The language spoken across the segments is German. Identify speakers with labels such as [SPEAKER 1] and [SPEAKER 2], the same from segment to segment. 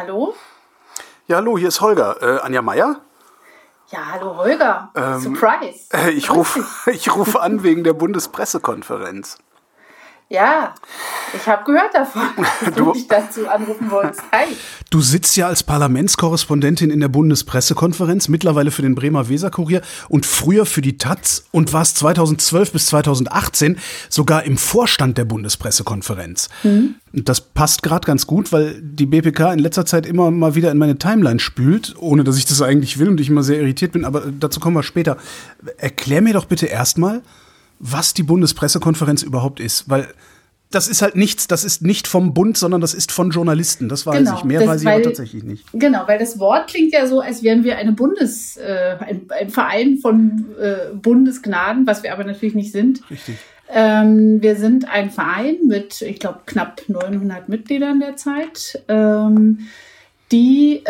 [SPEAKER 1] Hallo?
[SPEAKER 2] Ja, hallo, hier ist Holger. Anja Meier?
[SPEAKER 1] Ja, hallo Holger. Surprise.
[SPEAKER 2] Ich rufe an wegen der Bundespressekonferenz.
[SPEAKER 1] Ja, ich habe gehört davon, dass du mich dazu anrufen wolltest. Hi.
[SPEAKER 2] Du sitzt ja als Parlamentskorrespondentin in der Bundespressekonferenz, mittlerweile für den Bremer Weser-Kurier und früher für die taz und warst 2012 bis 2018 sogar im Vorstand der Bundespressekonferenz. Mhm. Das passt gerade ganz gut, weil die BPK in letzter Zeit immer mal wieder in meine Timeline spült, ohne dass ich das eigentlich will und ich immer sehr irritiert bin, aber dazu kommen wir später. Erklär mir doch bitte erstmal, was die Bundespressekonferenz überhaupt ist, weil das ist halt nichts, das ist nicht vom Bund, sondern das ist von Journalisten, das weiß ich, mehr weiß ich aber tatsächlich nicht.
[SPEAKER 1] Genau, weil das Wort klingt ja so, als wären wir ein Verein von Bundesgnaden, was wir aber natürlich nicht sind.
[SPEAKER 2] Richtig.
[SPEAKER 1] Wir sind ein Verein mit, ich glaube, knapp 900 Mitgliedern derzeit, die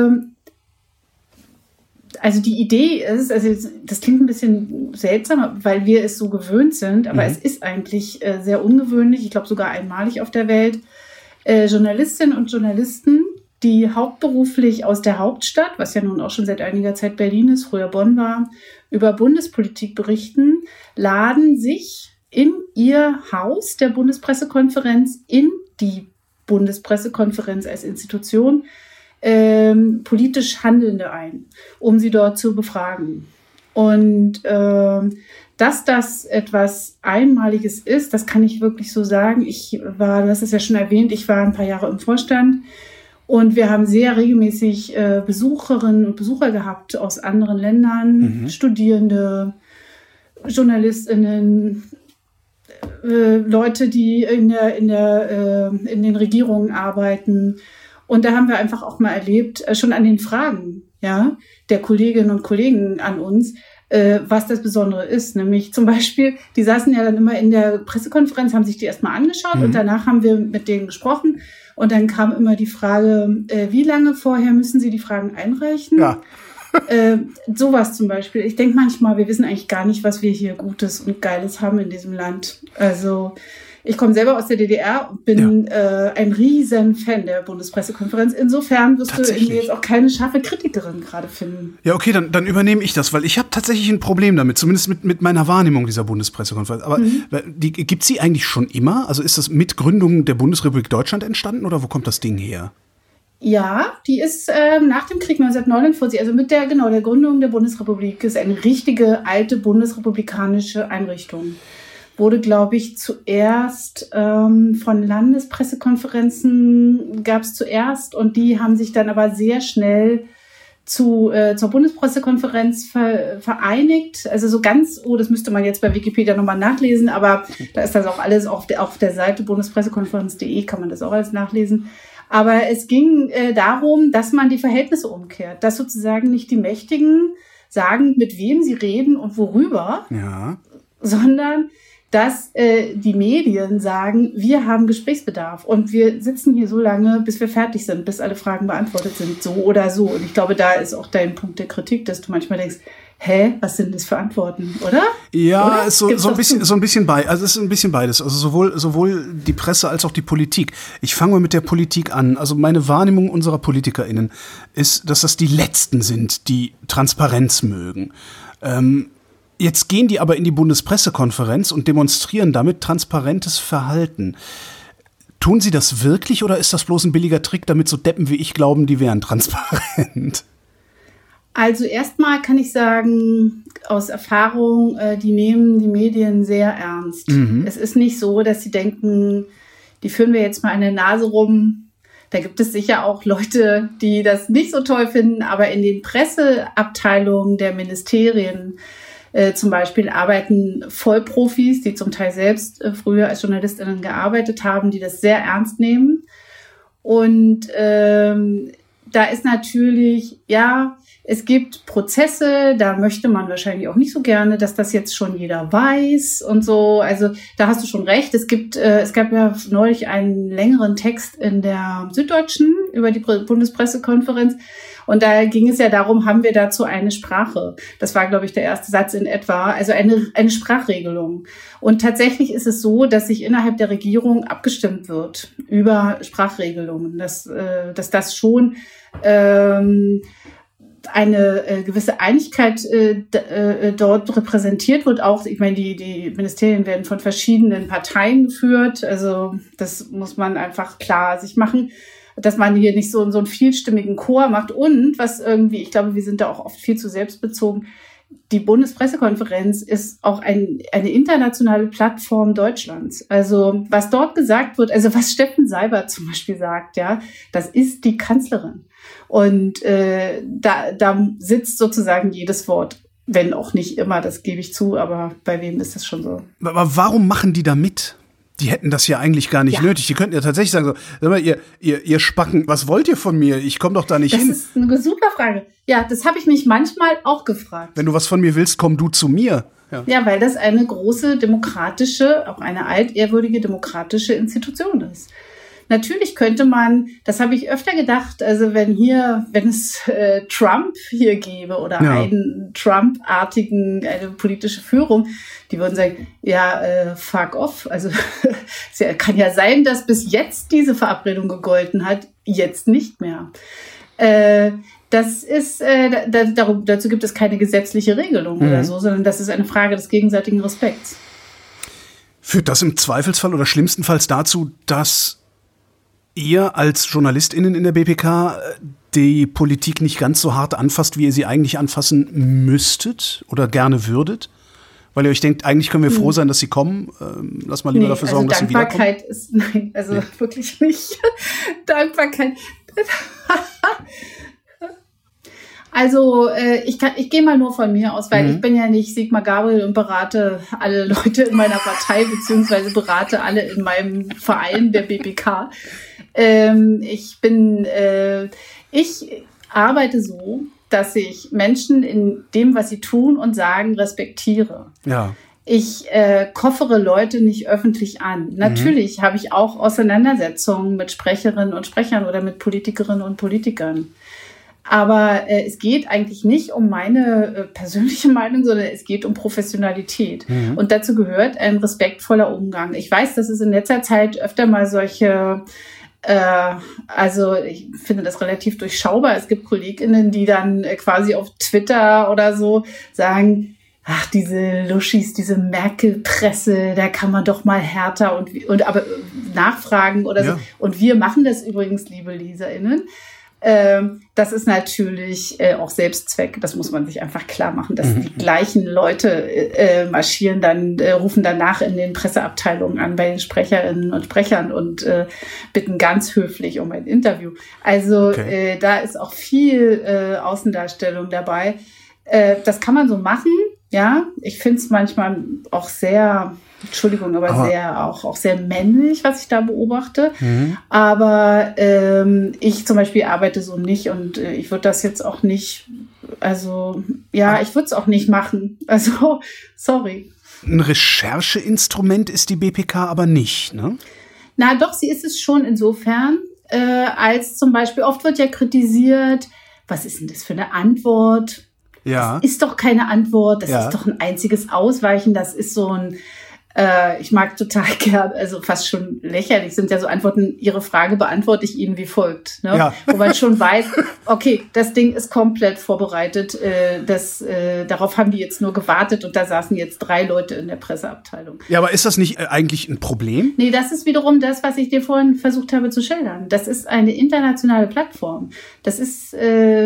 [SPEAKER 1] also die Idee ist, also das klingt ein bisschen seltsam, weil wir es so gewöhnt sind, aber es ist eigentlich sehr ungewöhnlich, ich glaube sogar einmalig auf der Welt, Journalistinnen und Journalisten, die hauptberuflich aus der Hauptstadt, was ja nun auch schon seit einiger Zeit Berlin ist, früher Bonn war, über Bundespolitik berichten, laden sich in ihr Haus der Bundespressekonferenz, in die Bundespressekonferenz als Institution, politisch Handelnde ein, um sie dort zu befragen. Und dass das etwas Einmaliges ist, das kann ich wirklich so sagen. Du hast es ja schon erwähnt, ich war ein paar Jahre im Vorstand und wir haben sehr regelmäßig Besucherinnen und Besucher gehabt aus anderen Ländern, Studierende, JournalistInnen, Leute, die in den Regierungen arbeiten. Und da haben wir einfach auch mal erlebt, schon an den Fragen der Kolleginnen und Kollegen an uns, was das Besondere ist. Nämlich zum Beispiel, die saßen ja dann immer in der Pressekonferenz, haben sich die erstmal angeschaut und danach haben wir mit denen gesprochen. Und dann kam immer die Frage, wie lange vorher müssen sie die Fragen einreichen? Ja. Sowas zum Beispiel. Ich denke manchmal, wir wissen eigentlich gar nicht, was wir hier Gutes und Geiles haben in diesem Land. Also ich komme selber aus der DDR und bin ein riesen Fan der Bundespressekonferenz. Insofern wirst du irgendwie jetzt auch keine scharfe Kritikerin gerade finden.
[SPEAKER 2] Ja, okay, dann übernehme ich das, weil ich habe tatsächlich ein Problem damit, zumindest mit meiner Wahrnehmung dieser Bundespressekonferenz. Aber gibt sie eigentlich schon immer? Also ist das mit Gründung der Bundesrepublik Deutschland entstanden oder wo kommt das Ding her?
[SPEAKER 1] Ja, die ist nach dem Krieg 1949, also mit der Gründung der Bundesrepublik, ist eine richtige alte bundesrepublikanische Einrichtung. Wurde, glaube ich, zuerst von Landespressekonferenzen gab es zuerst und die haben sich dann aber sehr schnell zur Bundespressekonferenz vereinigt. Also so ganz, das müsste man jetzt bei Wikipedia nochmal nachlesen, aber da ist das auch alles auf der Seite bundespressekonferenz.de kann man das auch alles nachlesen. Aber es ging darum, dass man die Verhältnisse umkehrt, dass sozusagen nicht die Mächtigen sagen, mit wem sie reden und worüber, sondern dass die Medien sagen, wir haben Gesprächsbedarf und wir sitzen hier so lange, bis wir fertig sind, bis alle Fragen beantwortet sind, so oder so. Und ich glaube, da ist auch dein Punkt der Kritik, dass du manchmal denkst, was sind das für Antworten, oder?
[SPEAKER 2] Ja,
[SPEAKER 1] oder?
[SPEAKER 2] Ist so ein bisschen es ist ein bisschen beides. Also sowohl die Presse als auch die Politik. Ich fange mal mit der Politik an. Also meine Wahrnehmung unserer PolitikerInnen ist, dass das die Letzten sind, die Transparenz mögen. Jetzt gehen die aber in die Bundespressekonferenz und demonstrieren damit transparentes Verhalten. Tun sie das wirklich oder ist das bloß ein billiger Trick, damit so Deppen wie ich glauben, die wären transparent?
[SPEAKER 1] Also erstmal kann ich sagen, aus Erfahrung, die nehmen die Medien sehr ernst. Es ist nicht so, dass sie denken, die führen wir jetzt mal eine Nase rum. Da gibt es sicher auch Leute, die das nicht so toll finden, aber in den Presseabteilungen der Ministerien zum Beispiel arbeiten Vollprofis, die zum Teil selbst früher als JournalistInnen gearbeitet haben, die das sehr ernst nehmen. Und da ist natürlich, es gibt Prozesse, da möchte man wahrscheinlich auch nicht so gerne, dass das jetzt schon jeder weiß und so. Also da hast du schon recht. Es gab ja neulich einen längeren Text in der Süddeutschen über die Bundespressekonferenz Und da ging es ja darum, haben wir dazu eine Sprache? Das war, glaube ich, der erste Satz in etwa. Also eine Sprachregelung. Und tatsächlich ist es so, dass sich innerhalb der Regierung abgestimmt wird über Sprachregelungen, dass das schon eine gewisse Einigkeit dort repräsentiert wird. Auch, ich meine, die Ministerien werden von verschiedenen Parteien geführt. Also das muss man einfach klar sich machen, dass man hier nicht so einen vielstimmigen Chor macht. Und was irgendwie, ich glaube, wir sind da auch oft viel zu selbstbezogen, die Bundespressekonferenz ist auch eine internationale Plattform Deutschlands. Also was dort gesagt wird, also was Steffen Seibert zum Beispiel sagt, ja, das ist die Kanzlerin. Und da sitzt sozusagen jedes Wort, wenn auch nicht immer, das gebe ich zu, aber bei wem ist das schon so?
[SPEAKER 2] Aber warum machen die da mit? Die hätten das ja eigentlich gar nicht nötig. Die könnten ja tatsächlich sagen, so, sag mal, ihr Spacken, was wollt ihr von mir? Ich komme doch da nicht hin.
[SPEAKER 1] Das ist eine super Frage. Ja, das habe ich mich manchmal auch gefragt.
[SPEAKER 2] Wenn du was von mir willst, komm du zu mir.
[SPEAKER 1] Ja, weil das eine große demokratische, auch eine altehrwürdige demokratische Institution ist. Natürlich könnte man, das habe ich öfter gedacht, also wenn es Trump hier gäbe oder einen Trump-artigen, eine politische Führung, die würden sagen, fuck off. Also es kann ja sein, dass bis jetzt diese Verabredung gegolten hat, jetzt nicht mehr. Das ist, dazu gibt es keine gesetzliche Regelung oder so, sondern das ist eine Frage des gegenseitigen Respekts.
[SPEAKER 2] Führt das im Zweifelsfall oder schlimmstenfalls dazu, dass ihr als JournalistInnen in der BPK die Politik nicht ganz so hart anfasst, wie ihr sie eigentlich anfassen müsstet oder gerne würdet? Weil ihr euch denkt, eigentlich können wir froh sein, dass sie kommen. Lass mal lieber dafür sorgen, dass sie wiederkommen.
[SPEAKER 1] Dankbarkeit ist, wirklich nicht. Dankbarkeit. Also ich gehe mal nur von mir aus, weil ich bin ja nicht Sigmar Gabriel und berate alle Leute in meiner Partei beziehungsweise berate alle in meinem Verein der BPK. Ich arbeite so, dass ich Menschen in dem, was sie tun und sagen, respektiere.
[SPEAKER 2] Ja.
[SPEAKER 1] Ich koffere Leute nicht öffentlich an. Natürlich habe ich auch Auseinandersetzungen mit Sprecherinnen und Sprechern oder mit Politikerinnen und Politikern. Aber es geht eigentlich nicht um meine persönliche Meinung, sondern es geht um Professionalität. Und dazu gehört ein respektvoller Umgang. Ich weiß, dass es in letzter Zeit öfter mal solche, also ich finde das relativ durchschaubar. Es gibt KollegInnen, die dann quasi auf Twitter oder so sagen, ach, diese Luschis, diese Merkel-Presse, da kann man doch mal härter und aber nachfragen oder so. Und wir machen das übrigens, liebe LeserInnen. Das ist natürlich auch Selbstzweck. Das muss man sich einfach klar machen, dass die gleichen Leute marschieren, rufen danach in den Presseabteilungen an bei den Sprecherinnen und Sprechern und bitten ganz höflich um ein Interview. Also da ist auch viel Außendarstellung dabei. Das kann man so machen, ja. Ich finde es manchmal auch sehr, Entschuldigung, aber sehr auch sehr männlich, was ich da beobachte. Aber ich zum Beispiel arbeite so nicht und ich würde das jetzt auch nicht, also ja, ich würde es auch nicht machen. Also, sorry.
[SPEAKER 2] Ein Rechercheinstrument ist die BPK aber nicht, ne?
[SPEAKER 1] Na doch, sie ist es schon insofern, als zum Beispiel, oft wird ja kritisiert, was ist denn das für eine Antwort?
[SPEAKER 2] Ja.
[SPEAKER 1] Das ist doch keine Antwort, das ist doch ein einziges Ausweichen, das ist so ein, ich mag total gern, also fast schon lächerlich sind ja so Antworten, Ihre Frage beantworte ich Ihnen wie folgt. Ne? Ja. Wo man schon weiß, okay, das Ding ist komplett vorbereitet, darauf haben die jetzt nur gewartet und da saßen jetzt 3 Leute in der Presseabteilung.
[SPEAKER 2] Ja, aber ist das nicht eigentlich ein Problem?
[SPEAKER 1] Nee, das ist wiederum das, was ich dir vorhin versucht habe zu schildern. Das ist eine internationale Plattform. Das ist,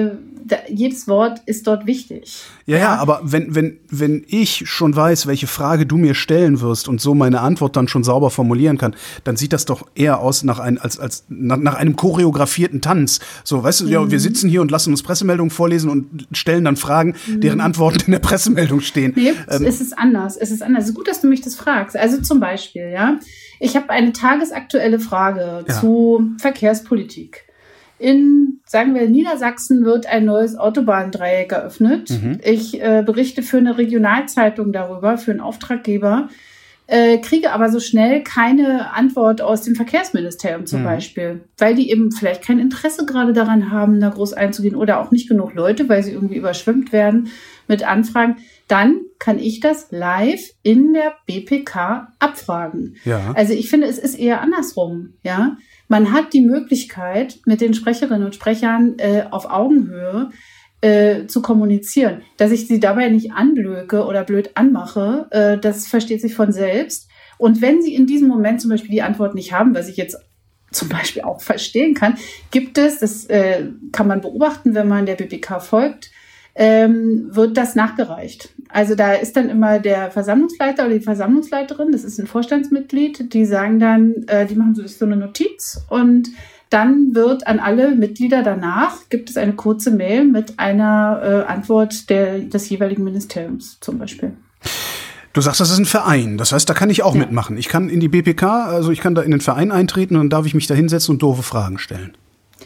[SPEAKER 1] jedes Wort ist dort wichtig.
[SPEAKER 2] Ja, aber wenn ich schon weiß, welche Frage du mir stellen wirst und so meine Antwort dann schon sauber formulieren kann, dann sieht das doch eher aus nach einem choreografierten Tanz. So, weißt du, ja, wir sitzen hier und lassen uns Pressemeldungen vorlesen und stellen dann Fragen, deren Antworten in der Pressemeldung stehen.
[SPEAKER 1] Nee, es ist anders. Es ist gut, dass du mich das fragst. Also zum Beispiel, ja, ich habe eine tagesaktuelle Frage zu Verkehrspolitik. In, sagen wir, Niedersachsen wird ein neues Autobahndreieck eröffnet. Ich berichte für eine Regionalzeitung darüber, für einen Auftraggeber. kriege aber so schnell keine Antwort aus dem Verkehrsministerium zum Beispiel, weil die eben vielleicht kein Interesse gerade daran haben, da groß einzugehen oder auch nicht genug Leute, weil sie irgendwie überschwemmt werden mit Anfragen. Dann kann ich das live in der BPK abfragen.
[SPEAKER 2] Ja.
[SPEAKER 1] Also ich finde, es ist eher andersrum. Ja, man hat die Möglichkeit, mit den Sprecherinnen und Sprechern auf Augenhöhe zu kommunizieren. Dass ich sie dabei nicht anblöke oder blöd anmache, das versteht sich von selbst. Und wenn sie in diesem Moment zum Beispiel die Antwort nicht haben, was ich jetzt zum Beispiel auch verstehen kann, gibt es, das kann man beobachten, wenn man der BPK folgt, wird das nachgereicht. Also da ist dann immer der Versammlungsleiter oder die Versammlungsleiterin, das ist ein Vorstandsmitglied, die sagen dann, die machen so eine Notiz und dann wird an alle Mitglieder danach, gibt es eine kurze Mail mit einer Antwort des jeweiligen Ministeriums zum Beispiel.
[SPEAKER 2] Du sagst, das ist ein Verein. Das heißt, da kann ich auch mitmachen. Ich kann in die BPK, also ich kann da in den Verein eintreten und dann darf ich mich da hinsetzen und doofe Fragen stellen.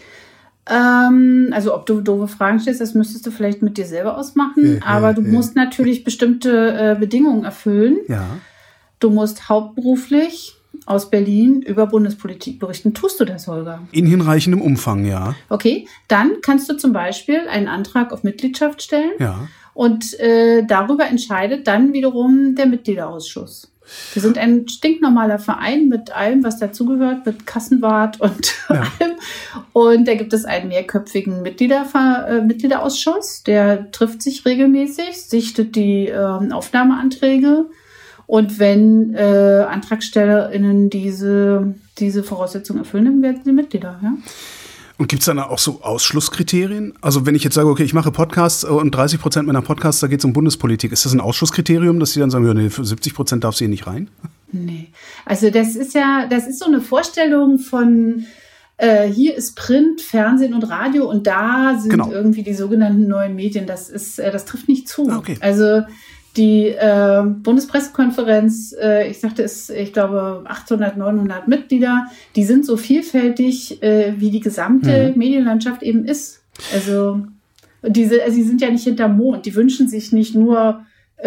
[SPEAKER 1] Also ob du doofe Fragen stellst, das müsstest du vielleicht mit dir selber ausmachen. Aber du musst natürlich bestimmte Bedingungen erfüllen.
[SPEAKER 2] Ja.
[SPEAKER 1] Du musst hauptberuflich aus Berlin über Bundespolitik berichten. Tust du das, Holger?
[SPEAKER 2] In hinreichendem Umfang, ja.
[SPEAKER 1] Okay, dann kannst du zum Beispiel einen Antrag auf Mitgliedschaft stellen.
[SPEAKER 2] Ja.
[SPEAKER 1] Und darüber entscheidet dann wiederum der Mitgliederausschuss. Wir sind ein stinknormaler Verein mit allem, was dazugehört, mit Kassenwart und allem. Und da gibt es einen mehrköpfigen Mitgliederausschuss, der trifft sich regelmäßig, sichtet die Aufnahmeanträge. Und wenn AntragstellerInnen diese Voraussetzungen erfüllen, dann werden sie Mitglieder. Ja?
[SPEAKER 2] Und gibt es dann auch so Ausschlusskriterien? Also wenn ich jetzt sage, okay, ich mache Podcasts und 30% meiner Podcasts, da geht es um Bundespolitik. Ist das ein Ausschlusskriterium, dass sie dann sagen, ja, nee, für 70% darf sie hier nicht rein?
[SPEAKER 1] Nee. Also das ist so eine Vorstellung von hier ist Print, Fernsehen und Radio und da sind irgendwie die sogenannten neuen Medien. Das trifft nicht zu.
[SPEAKER 2] Okay.
[SPEAKER 1] Also die Bundespressekonferenz, ich glaube 800, 900 Mitglieder, die sind so vielfältig, wie die gesamte Medienlandschaft eben ist. Also sie sind ja nicht hinterm Mond, die wünschen sich nicht nur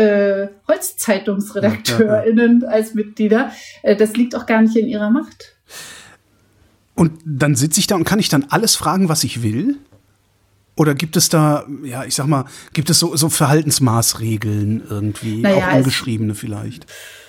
[SPEAKER 1] HolzzeitungsredakteurInnen als Mitglieder. Das liegt auch gar nicht in ihrer Macht.
[SPEAKER 2] Und dann sitze ich da und kann ich dann alles fragen, was ich will? Oder gibt es da, ja, ich sag mal, gibt es so Verhaltensmaßregeln irgendwie, auch ungeschriebene vielleicht?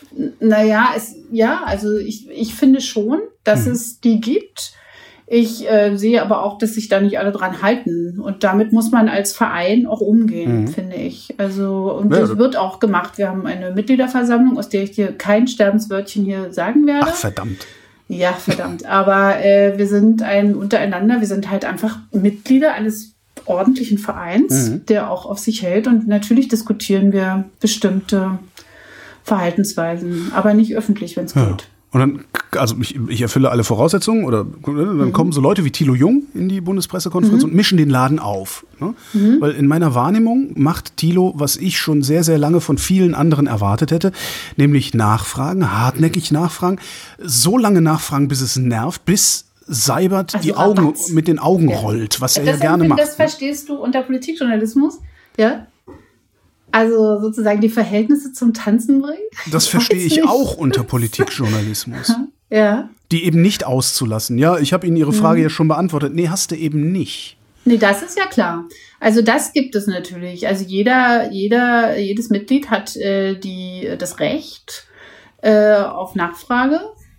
[SPEAKER 1] Also ich finde schon, dass es die gibt. Ich sehe aber auch, dass sich da nicht alle dran halten. Und damit muss man als Verein auch umgehen, finde ich. Also, und das wird auch gemacht. Wir haben eine Mitgliederversammlung, aus der ich dir kein Sterbenswörtchen hier sagen werde.
[SPEAKER 2] Ach, verdammt.
[SPEAKER 1] Ja, verdammt. Aber wir sind untereinander, wir sind halt einfach Mitglieder eines ordentlichen Vereins, der auch auf sich hält. Und natürlich diskutieren wir bestimmte Verhaltensweisen, aber nicht öffentlich, wenn es geht.
[SPEAKER 2] Und dann, also ich erfülle alle Voraussetzungen oder dann kommen so Leute wie Thilo Jung in die Bundespressekonferenz und mischen den Laden auf. Ne? Weil in meiner Wahrnehmung macht Thilo, was ich schon sehr, sehr lange von vielen anderen erwartet hätte, nämlich nachfragen, hartnäckig nachfragen, so lange nachfragen, bis es nervt, bis Seibert die Augen mit den Augen rollt, was er ja gerne macht.
[SPEAKER 1] Das verstehst du unter Politikjournalismus, ja? Also sozusagen die Verhältnisse zum Tanzen bringen?
[SPEAKER 2] Das verstehe ich auch unter Politikjournalismus.
[SPEAKER 1] Ja.
[SPEAKER 2] Die eben nicht auszulassen. Ja, ich habe Ihnen Ihre Frage ja schon beantwortet. Nee, hast du eben nicht.
[SPEAKER 1] Nee, das ist ja klar. Also das gibt es natürlich. Also jedes Mitglied hat das Recht auf Nachfrage.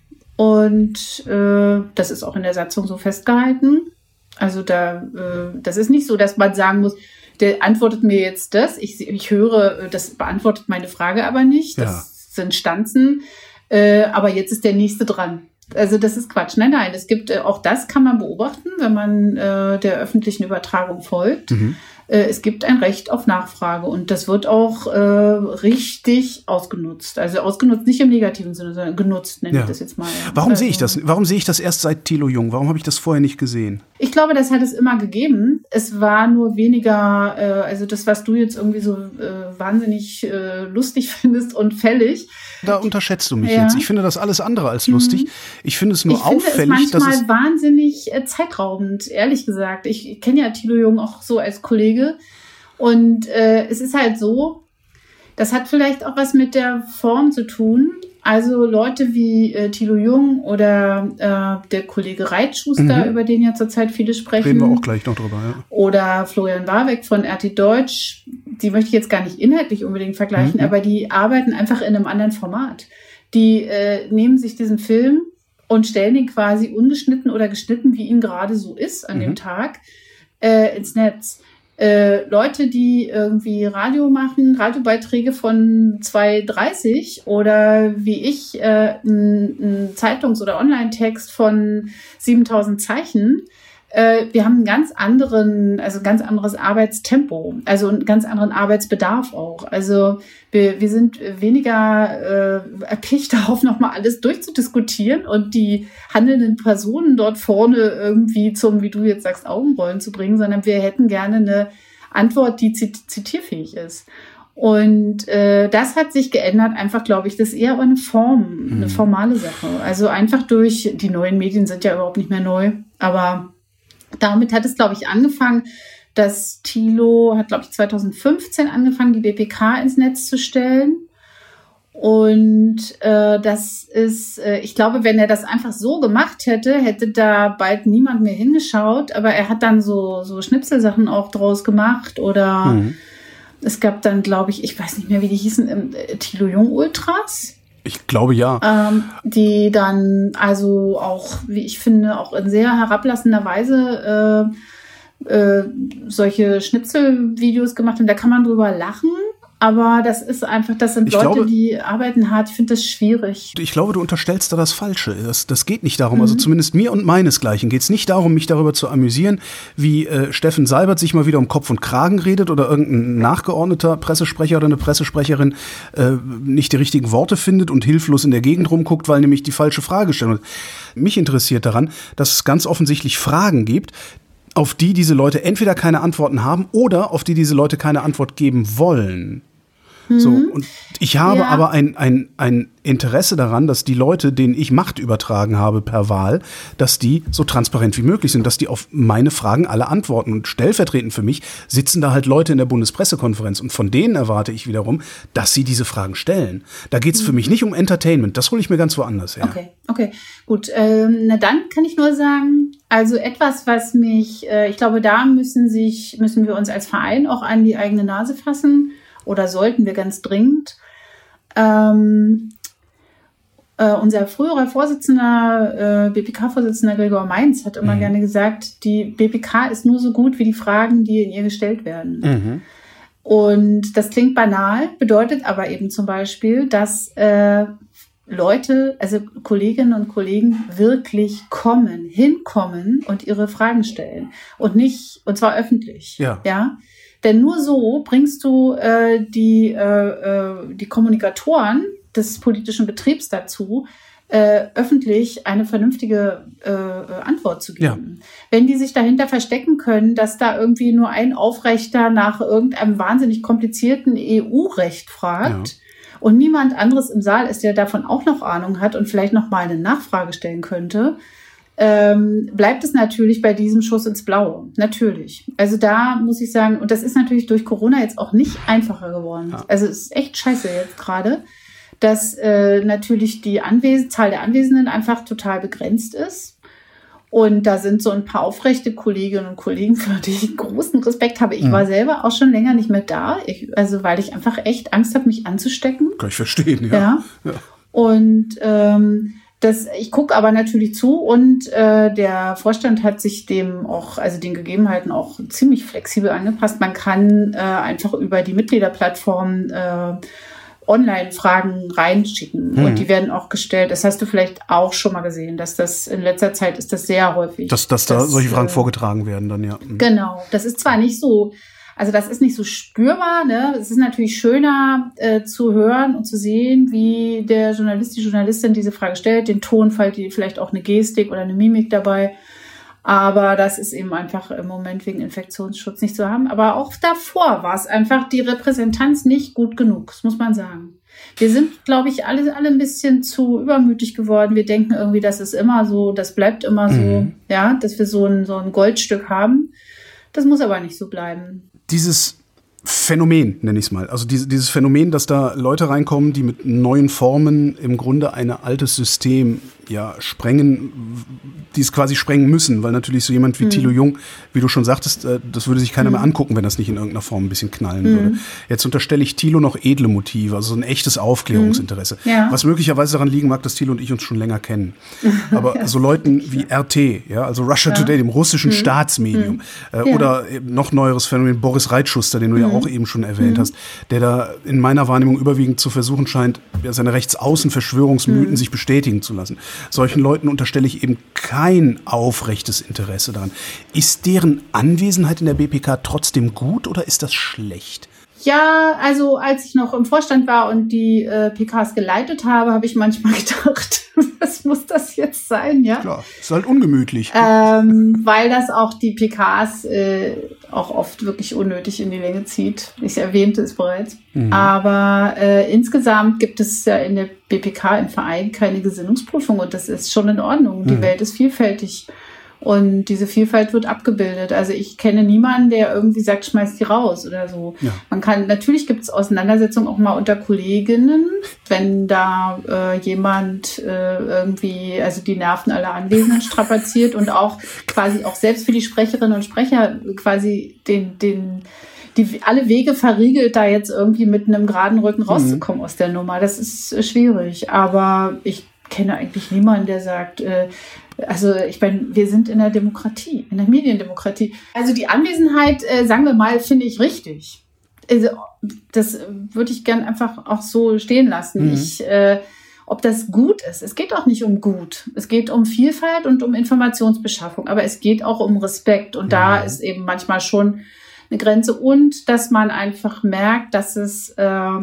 [SPEAKER 1] Und das ist auch in der Satzung so festgehalten. Also das ist nicht so, dass man sagen muss, der antwortet mir jetzt das. Ich höre, das beantwortet meine Frage aber nicht. Das sind Stanzen. Aber jetzt ist der Nächste dran. Also das ist Quatsch. Nein. Es gibt, auch das kann man beobachten, wenn man der öffentlichen Übertragung folgt. Es gibt ein Recht auf Nachfrage und das wird auch richtig ausgenutzt. Also ausgenutzt nicht im negativen Sinne, sondern genutzt, nenne ich das jetzt mal. Ja.
[SPEAKER 2] Warum sehe ich das? Warum sehe ich das erst seit Thilo Jung? Warum habe ich das vorher nicht gesehen?
[SPEAKER 1] Ich glaube, das hat es immer gegeben. Es war nur weniger, also das, was du jetzt irgendwie so wahnsinnig lustig findest und fällig.
[SPEAKER 2] Da unterschätzt du mich jetzt. Ich finde das alles andere als lustig. Ich finde es nur auffällig,
[SPEAKER 1] dass es manchmal wahnsinnig zeitraubend, ehrlich gesagt. Ich kenne ja Thilo Jung auch so als Kollege. Und es ist halt so, das hat vielleicht auch was mit der Form zu tun, Also Leute wie Thilo Jung oder der Kollege Reitschuster, über den ja zurzeit viele sprechen.
[SPEAKER 2] Reden wir auch gleich noch drüber, ja.
[SPEAKER 1] Oder Florian Warbeck von RT Deutsch. Die möchte ich jetzt gar nicht inhaltlich unbedingt vergleichen, aber die arbeiten einfach in einem anderen Format. Die nehmen sich diesen Film und stellen ihn quasi ungeschnitten oder geschnitten, wie ihn gerade so ist an dem Tag, ins Netz. Leute, die irgendwie Radio machen, Radiobeiträge von 2,30 oder wie ich einen Zeitungs- oder Online-Text von 7000 Zeichen. Wir haben ein ganz anderes Arbeitstempo, also einen ganz anderen Arbeitsbedarf auch. Also wir sind weniger erpicht darauf, nochmal alles durchzudiskutieren und die handelnden Personen dort vorne irgendwie zum, wie du jetzt sagst, Augenrollen zu bringen, sondern wir hätten gerne eine Antwort, die zitierfähig ist. Und das hat sich geändert, einfach glaube ich, das ist eher aber eine formale Sache. Also einfach durch, die neuen Medien sind ja überhaupt nicht mehr neu, aber damit hat es, glaube ich, angefangen, dass Thilo hat, glaube ich, 2015 angefangen, die BPK ins Netz zu stellen. Und das ist, ich glaube, wenn er das einfach so gemacht hätte da bald niemand mehr hingeschaut. Aber er hat dann so Schnipselsachen auch draus gemacht. Oder es gab dann, glaube ich weiß nicht mehr, wie die hießen, Thilo Jung Ultras.
[SPEAKER 2] Ich glaube, ja.
[SPEAKER 1] Die dann also auch, wie ich finde, auch in sehr herablassender Weise solche Schnipselvideos gemacht haben. Da kann man drüber lachen. Aber das ist einfach, das sind Leute, die arbeiten hart. Ich finde das schwierig.
[SPEAKER 2] Ich glaube, du unterstellst da das Falsche. Das geht nicht darum, also zumindest mir und meinesgleichen geht es nicht darum, mich darüber zu amüsieren, wie Steffen Seibert sich mal wieder um Kopf und Kragen redet oder irgendein nachgeordneter Pressesprecher oder eine Pressesprecherin nicht die richtigen Worte findet und hilflos in der Gegend rumguckt, weil nämlich die falsche Frage stellt. Mich interessiert daran, dass es ganz offensichtlich Fragen gibt, auf die diese Leute entweder keine Antworten haben oder auf die diese Leute keine Antwort geben wollen. So, und ich habe aber ein Interesse daran, dass die Leute, denen ich Macht übertragen habe per Wahl, dass die so transparent wie möglich sind, dass die auf meine Fragen alle antworten. Und stellvertretend für mich sitzen da halt Leute in der Bundespressekonferenz und von denen erwarte ich wiederum, dass sie diese Fragen stellen. Da geht es für mich nicht um Entertainment, das hole ich mir ganz woanders her.
[SPEAKER 1] Okay, gut. Na dann kann ich nur sagen, also etwas, was mich, ich glaube, da müssen wir uns als Verein auch an die eigene Nase fassen. Oder sollten wir ganz dringend. Unser früherer Vorsitzender, BPK-Vorsitzender Gregor Mainz hat immer gerne gesagt, die BPK ist nur so gut wie die Fragen, die in ihr gestellt werden. Und das klingt banal, bedeutet aber eben zum Beispiel, dass Leute, also Kolleginnen und Kollegen wirklich hinkommen und ihre Fragen stellen. Und zwar öffentlich. Ja? Denn nur so bringst du die Kommunikatoren des politischen Betriebs dazu, öffentlich eine vernünftige Antwort zu geben. Ja. Wenn die sich dahinter verstecken können, dass da irgendwie nur ein Aufrechter nach irgendeinem wahnsinnig komplizierten EU-Recht fragt und niemand anderes im Saal ist, der davon auch noch Ahnung hat und vielleicht noch mal eine Nachfrage stellen könnte, bleibt es natürlich bei diesem Schuss ins Blaue. Natürlich. Also da muss ich sagen, und das ist natürlich durch Corona jetzt auch nicht einfacher geworden. Ja. Also es ist echt scheiße jetzt gerade, dass natürlich die Zahl der Anwesenden einfach total begrenzt ist. Und da sind so ein paar aufrechte Kolleginnen und Kollegen, für die ich großen Respekt habe. Ich war selber auch schon länger nicht mehr da, weil ich einfach echt Angst habe, mich anzustecken.
[SPEAKER 2] Kann ich verstehen, ja.
[SPEAKER 1] Und ich gucke aber natürlich zu und der Vorstand hat sich dem auch, also den Gegebenheiten auch ziemlich flexibel angepasst. Man kann einfach über die Mitgliederplattform Online-Fragen reinschicken und die werden auch gestellt. Das hast du vielleicht auch schon mal gesehen, dass das in letzter Zeit ist das sehr häufig.
[SPEAKER 2] Dass da solche Fragen vorgetragen werden dann, ja.
[SPEAKER 1] Genau, das ist zwar nicht so, also das ist nicht so spürbar, ne? Es ist natürlich schöner zu hören und zu sehen, wie der Journalist, die Journalistin diese Frage stellt, den Tonfall, vielleicht auch eine Gestik oder eine Mimik dabei. Aber das ist eben einfach im Moment wegen Infektionsschutz nicht zu haben. Aber auch davor war es einfach die Repräsentanz nicht gut genug, das muss man sagen. Wir sind, glaube ich, alle ein bisschen zu übermütig geworden. Wir denken irgendwie, das ist immer so, das bleibt immer so, ja, dass wir so ein Goldstück haben. Das muss aber nicht so bleiben.
[SPEAKER 2] Dieses Phänomen, nenne ich es mal. Also dieses Phänomen, dass da Leute reinkommen, die mit neuen Formen im Grunde ein altes System sprengen, die es quasi sprengen müssen, weil natürlich so jemand wie Thilo Jung, wie du schon sagtest, das würde sich keiner mehr angucken, wenn das nicht in irgendeiner Form ein bisschen knallen würde. Jetzt unterstelle ich Thilo noch edle Motive, also so ein echtes Aufklärungsinteresse. Ja. Was möglicherweise daran liegen mag, dass Thilo und ich uns schon länger kennen. Aber so Leuten wie RT, also Russia Today, dem russischen Staatsmedium, oder noch neueres Phänomen Boris Reitschuster, den du ja auch eben schon erwähnt hast, der da in meiner Wahrnehmung überwiegend zu versuchen scheint, seine Rechtsaußen-Verschwörungsmythen sich bestätigen zu lassen. Solchen Leuten unterstelle ich eben kein aufrechtes Interesse daran. Ist deren Anwesenheit in der BPK trotzdem gut oder ist das schlecht?
[SPEAKER 1] Ja, also als ich noch im Vorstand war und die PKs geleitet habe, habe ich manchmal gedacht, was muss das jetzt sein? Ja,
[SPEAKER 2] klar, ist halt ungemütlich.
[SPEAKER 1] Weil das auch die PKs auch oft wirklich unnötig in die Länge zieht. Ich erwähnte es bereits. Aber insgesamt gibt es ja in der BPK im Verein keine Gesinnungsprüfung und das ist schon in Ordnung. Die Welt ist vielfältig. Und diese Vielfalt wird abgebildet. Also ich kenne niemanden, der irgendwie sagt, schmeiß die raus oder so. Ja. Natürlich gibt es Auseinandersetzungen auch mal unter Kolleginnen, wenn da jemand irgendwie, also die Nerven aller Anwesenden strapaziert und auch quasi auch selbst für die Sprecherinnen und Sprecher quasi alle Wege verriegelt, da jetzt irgendwie mit einem geraden Rücken rauszukommen aus der Nummer. Das ist schwierig. Aber ich kenne eigentlich niemanden, der sagt, wir sind in der Demokratie, in der Mediendemokratie. Also die Anwesenheit, sagen wir mal, finde ich richtig. Also das würde ich gern einfach auch so stehen lassen. Ob das gut ist. Es geht auch nicht um gut. Es geht um Vielfalt und um Informationsbeschaffung. Aber es geht auch um Respekt. Und da ist eben manchmal schon eine Grenze. Und dass man einfach merkt, dass es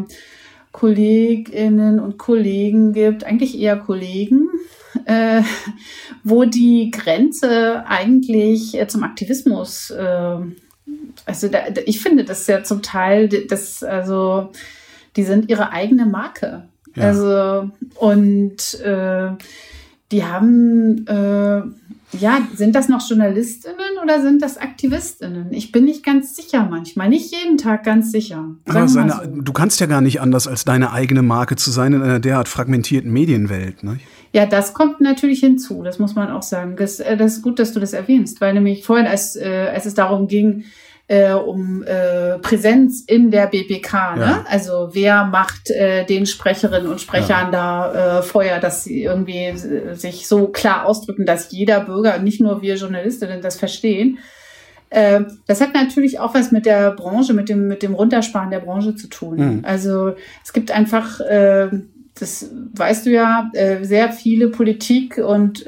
[SPEAKER 1] Kolleginnen und Kollegen gibt, eigentlich eher Kollegen, wo die Grenze eigentlich zum Aktivismus, ich finde das ja zum Teil, die sind ihre eigene Marke. Ja. Also, und die haben, sind das noch JournalistInnen oder sind das AktivistInnen? Ich bin nicht ganz sicher manchmal, nicht jeden Tag ganz sicher.
[SPEAKER 2] Du kannst ja gar nicht anders, als deine eigene Marke zu sein in einer derart fragmentierten Medienwelt, ne?
[SPEAKER 1] Ja, das kommt natürlich hinzu, das muss man auch sagen. Das ist gut, dass du das erwähnst, weil nämlich vorhin, als es darum ging, um Präsenz in der BPK, ne? Also wer macht den Sprecherinnen und Sprechern da Feuer, dass sie irgendwie sich so klar ausdrücken, dass jeder Bürger und nicht nur wir Journalistinnen das verstehen. Das hat natürlich auch was mit der Branche, mit dem Runtersparen der Branche zu tun. Also es gibt einfach das weißt du ja, sehr viele Politik- und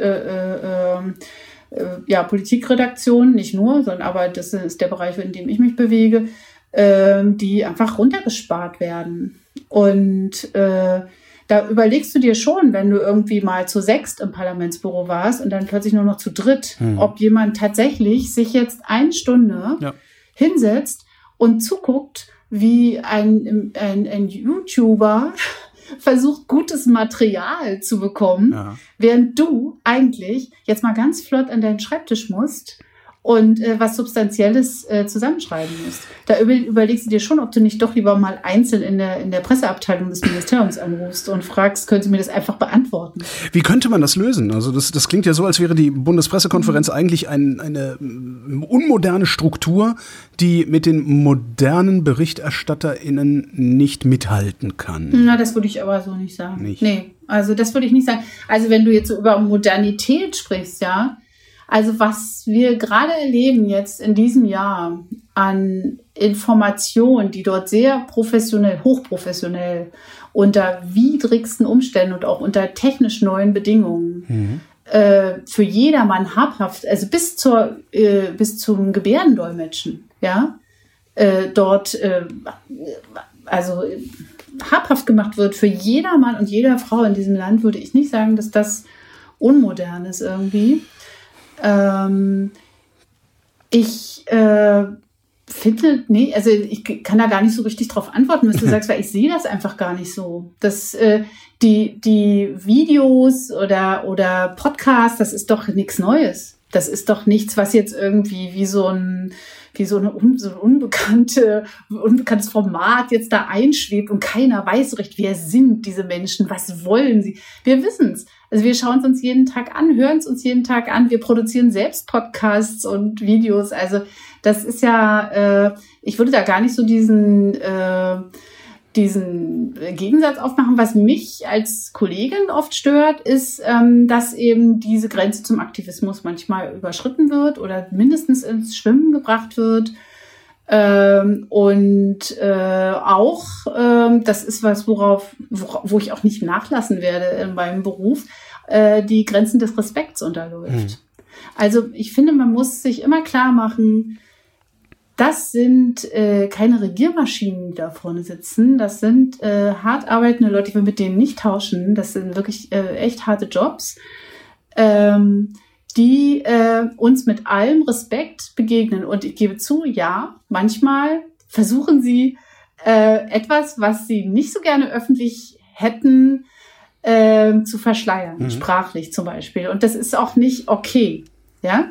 [SPEAKER 1] Politikredaktionen, nicht nur, sondern aber das ist der Bereich, in dem ich mich bewege, die einfach runtergespart werden. Und da überlegst du dir schon, wenn du irgendwie mal zu 6 im Parlamentsbüro warst und dann plötzlich nur noch zu 3, ob jemand tatsächlich sich jetzt 1 Stunde hinsetzt und zuguckt, wie ein YouTuber versucht, gutes Material zu bekommen, während du eigentlich jetzt mal ganz flott an deinen Schreibtisch musst und was Substanzielles zusammenschreiben musst. Da überlegst du dir schon, ob du nicht doch lieber mal einzeln in der Presseabteilung des Ministeriums anrufst und fragst, können Sie mir das einfach beantworten?
[SPEAKER 2] Wie könnte man das lösen? Also das klingt ja so, als wäre die Bundespressekonferenz eigentlich eine unmoderne Struktur, die mit den modernen BerichterstatterInnen nicht mithalten kann.
[SPEAKER 1] Na, das würde ich aber so nicht sagen. Nee, also das würde ich nicht sagen. Also wenn du jetzt so über Modernität sprichst, ja, also was wir gerade erleben jetzt in diesem Jahr an Informationen, die dort sehr professionell, hochprofessionell, unter widrigsten Umständen und auch unter technisch neuen Bedingungen für jedermann habhaft, also bis zum Gebärdendolmetschen, ja, dort also habhaft gemacht wird für jedermann und jeder Frau in diesem Land, würde ich nicht sagen, dass das unmodern ist irgendwie. Ich finde, also ich kann da gar nicht so richtig drauf antworten, was du sagst, weil ich sehe das einfach gar nicht so. Dass die Videos oder Podcasts, das ist doch nichts Neues. Das ist doch nichts, was jetzt irgendwie wie so ein wie so ein unbekanntes Format jetzt da einschwebt und keiner weiß so recht, wer sind diese Menschen, was wollen sie. Wir wissen es. Also wir schauen es uns jeden Tag an, hören es uns jeden Tag an. Wir produzieren selbst Podcasts und Videos. Also das ist ja, ich würde da gar nicht so diesen Gegensatz aufmachen. Was mich als Kollegin oft stört, ist, dass eben diese Grenze zum Aktivismus manchmal überschritten wird oder mindestens ins Schwimmen gebracht wird. Auch, das ist was, wo ich auch nicht nachlassen werde in meinem Beruf, die Grenzen des Respekts unterläuft. Also ich finde, man muss sich immer klar machen, das sind keine Regiermaschinen, die da vorne sitzen. Das sind hart arbeitende Leute, die wir mit denen nicht tauschen. Das sind wirklich echt harte Jobs, die uns mit allem Respekt begegnen. Und ich gebe zu, ja, manchmal versuchen sie etwas, was sie nicht so gerne öffentlich hätten, zu verschleiern, sprachlich zum Beispiel. Und das ist auch nicht okay. Ja,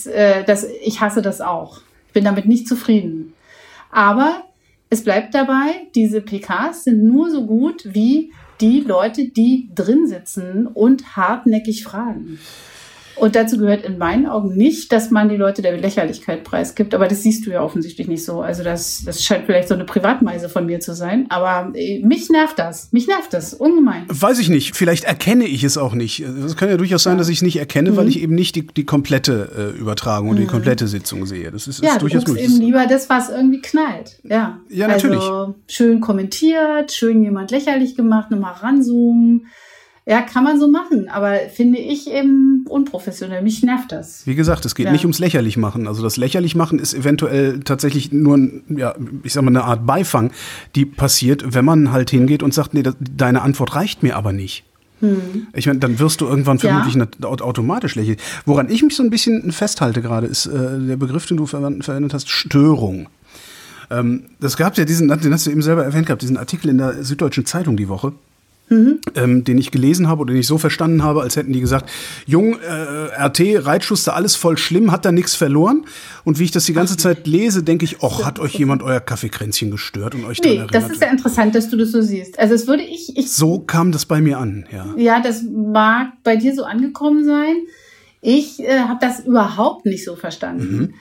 [SPEAKER 1] ich hasse das auch. Bin damit nicht zufrieden. Aber es bleibt dabei, diese PKs sind nur so gut wie die Leute, die drin sitzen und hartnäckig fragen. Und dazu gehört in meinen Augen nicht, dass man die Leute der Lächerlichkeit preisgibt. Aber das siehst du ja offensichtlich nicht so. Also das scheint vielleicht so eine Privatmeise von mir zu sein. Aber mich nervt das. Mich nervt das ungemein.
[SPEAKER 2] Weiß ich nicht. Vielleicht erkenne ich es auch nicht. Es kann ja durchaus sein, dass ich es nicht erkenne, weil ich eben nicht die komplette Übertragung und die komplette Sitzung sehe. Das ist durchaus möglich.
[SPEAKER 1] Eben lieber das, was irgendwie knallt. Ja,
[SPEAKER 2] natürlich.
[SPEAKER 1] Also schön kommentiert, schön jemand lächerlich gemacht, nochmal ranzoomen. Ja, kann man so machen, aber finde ich eben unprofessionell. Mich nervt das.
[SPEAKER 2] Wie gesagt, es geht nicht ums Lächerlichmachen. Also das Lächerlichmachen ist eventuell tatsächlich nur eine Art Beifang, die passiert, wenn man halt hingeht und sagt, nee, deine Antwort reicht mir aber nicht. Ich meine, dann wirst du irgendwann vermutlich automatisch lächeln. Woran ich mich so ein bisschen festhalte gerade, ist der Begriff, den du verwendet hast, Störung. Das gab ja den hast du eben selber erwähnt gehabt, diesen Artikel in der Süddeutschen Zeitung die Woche. Den ich gelesen habe oder den ich so verstanden habe, als hätten die gesagt, RT, Reitschuster, alles voll schlimm, hat da nichts verloren. Und wie ich das die ganze Zeit lese, denke ich, hat euch jemand euer Kaffeekränzchen gestört und euch daran erinnert?
[SPEAKER 1] Das ist ja interessant, dass du das so siehst. Also es würde
[SPEAKER 2] so kam das bei mir an, ja.
[SPEAKER 1] Ja, das mag bei dir so angekommen sein. Ich habe das überhaupt nicht so verstanden.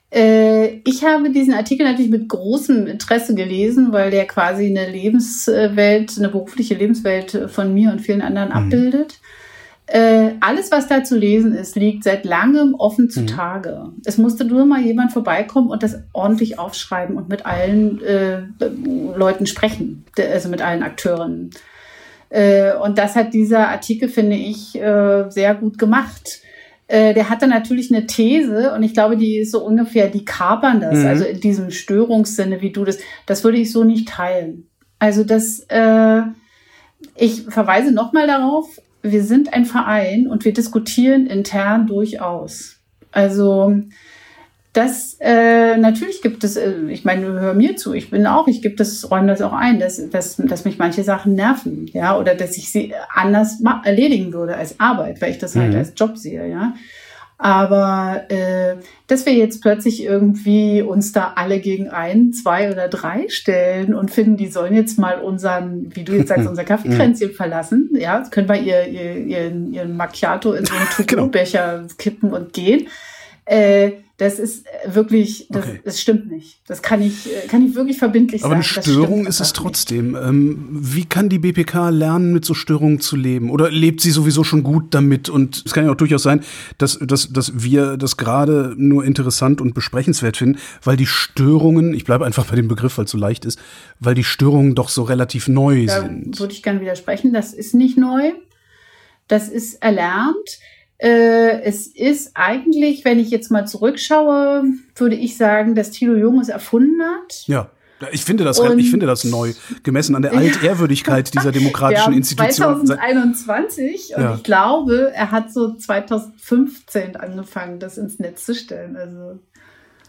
[SPEAKER 1] Ich habe diesen Artikel natürlich mit großem Interesse gelesen, weil der quasi eine berufliche Lebenswelt von mir und vielen anderen abbildet. Alles, was da zu lesen ist, liegt seit langem offen zutage. Es musste nur mal jemand vorbeikommen und das ordentlich aufschreiben und mit allen Leuten sprechen, also mit allen Akteuren. Und das hat dieser Artikel, finde ich, sehr gut gemacht. Der hatte natürlich eine These und ich glaube, die ist so ungefähr, die kapern das, also in diesem Störungssinne, wie du das würde ich so nicht teilen. Also ich verweise nochmal darauf, wir sind ein Verein und wir diskutieren intern durchaus. Also natürlich gibt es, ich meine, hör mir zu, räume das auch ein, dass mich manche Sachen nerven, ja, oder dass ich sie anders erledigen würde als Arbeit, weil ich das halt als Job sehe, ja. Aber dass wir jetzt plötzlich irgendwie uns da alle gegen 1, 2 oder 3 stellen und finden, die sollen jetzt mal wie du jetzt sagst, unser Kaffeekränzchen verlassen, ja, jetzt können wir ihren Macchiato in so einen To-Go-Becher kippen und gehen. Das ist wirklich, das stimmt nicht. Das kann ich wirklich verbindlich sagen.
[SPEAKER 2] Aber eine Störung ist es trotzdem. Wie kann die BPK lernen, mit so Störungen zu leben? Oder lebt sie sowieso schon gut damit? Und es kann ja auch durchaus sein, dass wir das gerade nur interessant und besprechenswert finden, weil die Störungen, ich bleibe einfach bei dem Begriff, weil es so leicht ist, weil die Störungen doch so relativ neu sind.
[SPEAKER 1] Da würde ich gerne widersprechen. Das ist nicht neu. Das ist erlernt. Es ist eigentlich, wenn ich jetzt mal zurückschaue, würde ich sagen, dass Thilo Jung es erfunden hat.
[SPEAKER 2] Ja, ich finde das neu, gemessen an der Altehrwürdigkeit dieser demokratischen Institution.
[SPEAKER 1] 2021 und ich glaube, er hat so 2015 angefangen, das ins Netz zu stellen. Also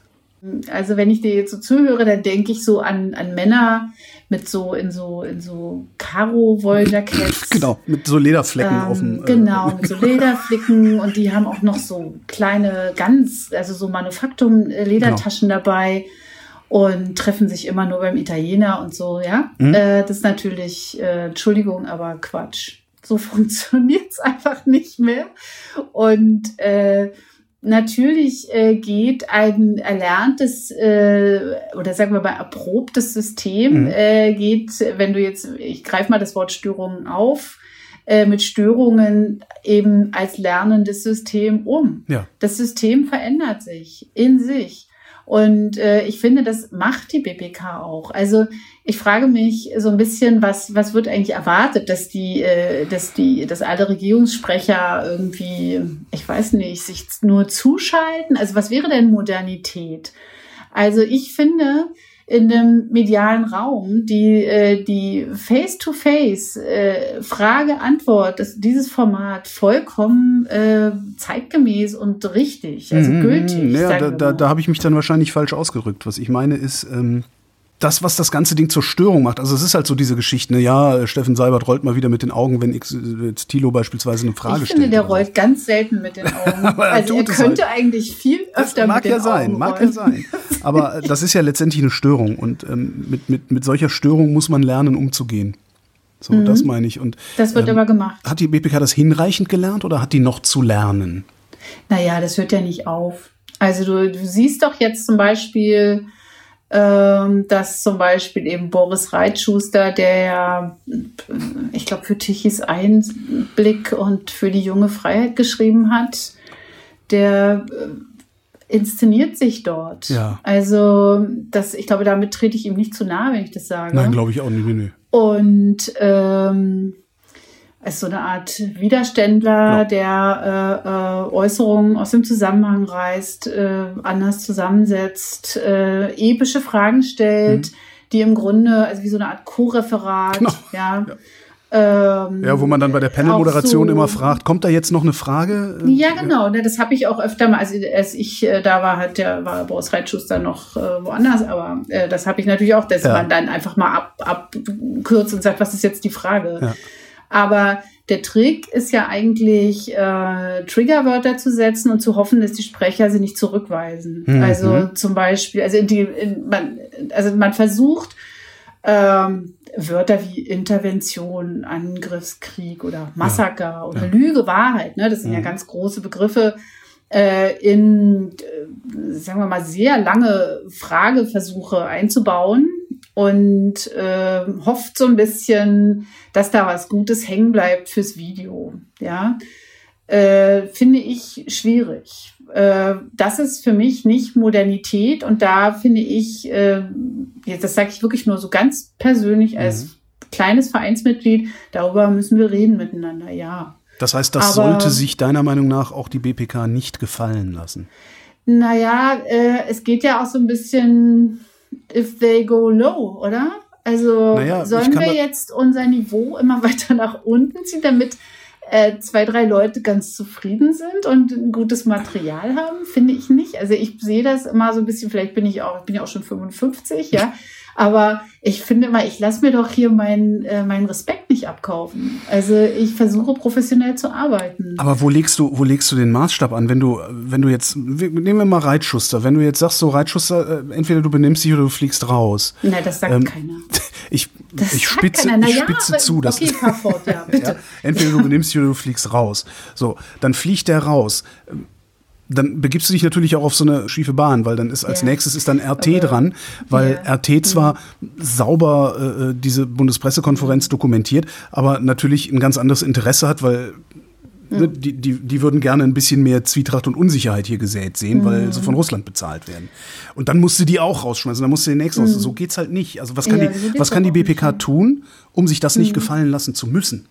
[SPEAKER 1] Also wenn ich dir jetzt so zuhöre, dann denke ich so an Männer mit in so Karo-Wolljacketts.
[SPEAKER 2] Genau, mit so Lederflecken auf dem...
[SPEAKER 1] Genau, mit so Lederflecken und die haben auch noch so kleine, also so Manufaktum-Ledertaschen dabei und treffen sich immer nur beim Italiener und so, ja. Das ist natürlich, Entschuldigung, aber Quatsch. So funktioniert es einfach nicht mehr. Und natürlich geht ein erlerntes oder sagen wir mal erprobtes System, geht, wenn du jetzt, ich greife mal das Wort Störungen auf, mit Störungen eben als lernendes System um. Ja. Das System verändert sich in sich. Und ich finde, das macht die BPK auch. Also ich frage mich so ein bisschen, was wird eigentlich erwartet, dass alle Regierungssprecher irgendwie, ich weiß nicht, sich nur zuschalten? Also was wäre denn Modernität? Also ich finde, in dem medialen Raum die Face-to-Face Frage-Antwort, dieses Format vollkommen zeitgemäß und richtig, also gültig.
[SPEAKER 2] Ja, da habe ich mich dann wahrscheinlich falsch ausgedrückt. Was ich meine ist, das, was das ganze Ding zur Störung macht. Also es ist halt so diese Geschichte, ja, Steffen Seibert rollt mal wieder mit den Augen, wenn jetzt Thilo beispielsweise eine Frage stellt.
[SPEAKER 1] Ich finde, der rollt ganz selten mit den Augen. Also er könnte eigentlich viel öfter mit den Augen rollen. Mag ja sein.
[SPEAKER 2] Aber das ist ja letztendlich eine Störung und mit solcher Störung muss man lernen, umzugehen. So, das meine ich. Und
[SPEAKER 1] das wird aber gemacht.
[SPEAKER 2] Hat die BPK das hinreichend gelernt oder hat die noch zu lernen?
[SPEAKER 1] Naja, das hört ja nicht auf. Also du siehst doch jetzt zum Beispiel, dass zum Beispiel eben Boris Reitschuster, der ja, ich glaube, für Tichys Einblick und für die junge Freiheit geschrieben hat, der inszeniert sich dort. Ja. Also ich glaube, damit trete ich ihm nicht zu nahe, wenn ich das sage.
[SPEAKER 2] Nein, glaube ich auch nicht. Nee.
[SPEAKER 1] Und ist so eine Art Widerständler, der Äußerungen aus dem Zusammenhang reißt, anders zusammensetzt, epische Fragen stellt, die im Grunde, also wie so eine Art Co-Referat, ja.
[SPEAKER 2] Wo man dann bei der Panel-Moderation immer fragt, kommt da jetzt noch eine Frage?
[SPEAKER 1] Ja, genau. Das habe ich auch öfter mal, als ich da war, war Boris Reitschuster noch woanders, aber das habe ich natürlich auch, dass man dann einfach mal abkürzt und sagt, was ist jetzt die Frage? Ja. Aber der Trick ist ja eigentlich, Triggerwörter zu setzen und zu hoffen, dass die Sprecher sie nicht zurückweisen. Also zum Beispiel, man versucht, Wörter wie Intervention, Angriffskrieg oder Massaker oder Lüge, Wahrheit, ne, das sind ja ganz große Begriffe, sagen wir mal, sehr lange Frageversuche einzubauen und hofft so ein bisschen, dass da was Gutes hängen bleibt fürs Video. Ja, finde ich schwierig. Das ist für mich nicht Modernität und da finde ich, das sage ich wirklich nur so ganz persönlich als kleines Vereinsmitglied, darüber müssen wir reden miteinander, ja.
[SPEAKER 2] Das heißt, das sollte sich deiner Meinung nach auch die BPK nicht gefallen lassen?
[SPEAKER 1] Naja, es geht ja auch so ein bisschen if they go low, oder? Also sollen wir jetzt unser Niveau immer weiter nach unten ziehen, damit 2, 3 Leute ganz zufrieden sind und ein gutes Material haben? Finde ich nicht. Also ich sehe das immer so ein bisschen, vielleicht bin ich ja auch schon 55, ja. Aber ich finde immer, ich lasse mir doch hier meinen Respekt nicht abkaufen. Also ich versuche professionell zu arbeiten.
[SPEAKER 2] Aber wo legst du den Maßstab an, wenn du jetzt, nehmen wir mal Reitschuster, wenn du jetzt sagst, so Reitschuster, entweder du benimmst dich oder du fliegst raus.
[SPEAKER 1] Na, das sagt keiner.
[SPEAKER 2] Ich spitze zu.
[SPEAKER 1] Okay, fahr fort, ja, bitte.
[SPEAKER 2] Ja, entweder du benimmst dich oder du fliegst raus. So, dann fliegt der raus. Dann begibst du dich natürlich auch auf so eine schiefe Bahn, weil dann ist als nächstes ist dann RT dran, weil RT zwar sauber diese Bundespressekonferenz dokumentiert, aber natürlich ein ganz anderes Interesse hat, weil die würden gerne ein bisschen mehr Zwietracht und Unsicherheit hier gesät sehen, weil sie von Russland bezahlt werden. Und dann musst du die auch rausschmeißen, dann musst du den nächsten raus. So geht's halt nicht. Also was kann die BPK tun, um sich das nicht gefallen lassen zu müssen?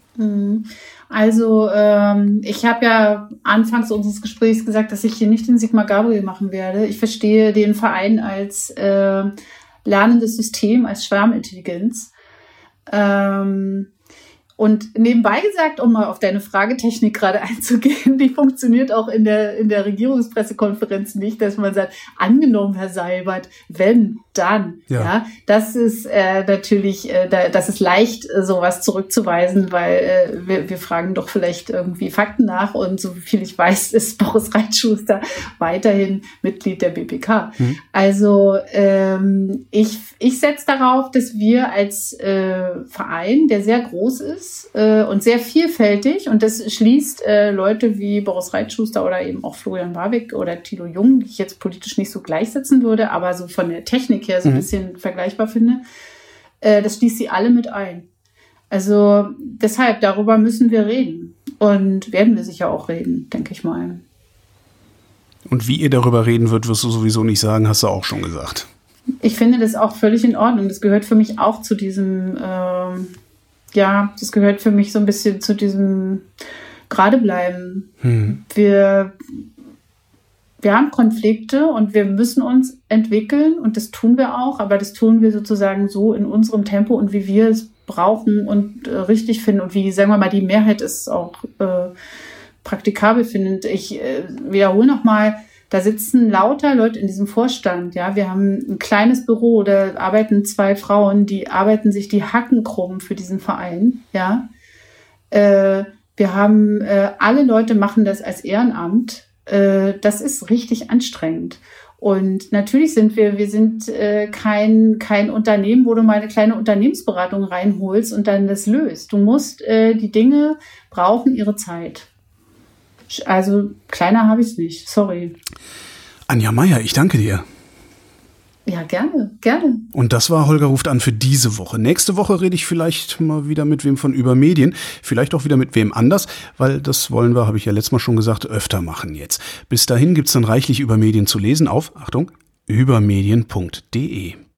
[SPEAKER 1] Also ich habe ja anfangs unseres Gesprächs gesagt, dass ich hier nicht den Sigmar Gabriel machen werde. Ich verstehe den Verein als lernendes System, als Schwarmintelligenz. Und nebenbei gesagt, um mal auf deine Fragetechnik gerade einzugehen, die funktioniert auch in der Regierungspressekonferenz nicht, dass man sagt, angenommen, Herr Seibert, wenn, dann. Ja, das ist natürlich, das ist leicht, sowas zurückzuweisen, weil wir fragen doch vielleicht irgendwie Fakten nach und so viel ich weiß, ist Boris Reitschuster weiterhin Mitglied der BPK. Also ich setze darauf, dass wir als Verein, der sehr groß ist, und sehr vielfältig, und das schließt Leute wie Boris Reitschuster oder eben auch Florian Warwick oder Thilo Jung, die ich jetzt politisch nicht so gleichsetzen würde, aber so von der Technik her so ein bisschen vergleichbar finde, das schließt sie alle mit ein. Also deshalb, darüber müssen wir reden und werden wir sicher auch reden, denke ich mal.
[SPEAKER 2] Und wie ihr darüber reden wird, wirst du sowieso nicht sagen, hast du auch schon gesagt.
[SPEAKER 1] Ich finde das auch völlig in Ordnung. Das gehört für mich auch zu diesem das gehört für mich so ein bisschen zu diesem Geradebleiben. Wir haben Konflikte und wir müssen uns entwickeln und das tun wir auch, aber das tun wir sozusagen so in unserem Tempo und wie wir es brauchen und richtig finden und wie, sagen wir mal, die Mehrheit es auch praktikabel findet. Ich wiederhole nochmal, da sitzen lauter Leute in diesem Vorstand. Ja, wir haben ein kleines Büro, da arbeiten 2 Frauen, die arbeiten sich die Hacken krumm für diesen Verein. Ja, wir haben alle Leute machen das als Ehrenamt. Das ist richtig anstrengend. Und natürlich sind wir sind kein Unternehmen, wo du mal eine kleine Unternehmensberatung reinholst und dann das löst. Du musst, die Dinge brauchen ihre Zeit. Also kleiner habe ich es nicht, sorry.
[SPEAKER 2] Anja Meier, ich danke dir.
[SPEAKER 1] Ja, gerne.
[SPEAKER 2] Und das war Holger ruft an für diese Woche. Nächste Woche rede ich vielleicht mal wieder mit wem von Über Medien. Vielleicht auch wieder mit wem anders, weil das wollen wir, habe ich ja letztes Mal schon gesagt, öfter machen jetzt. Bis dahin gibt's dann reichlich Über Medien zu lesen auf, Achtung, übermedien.de.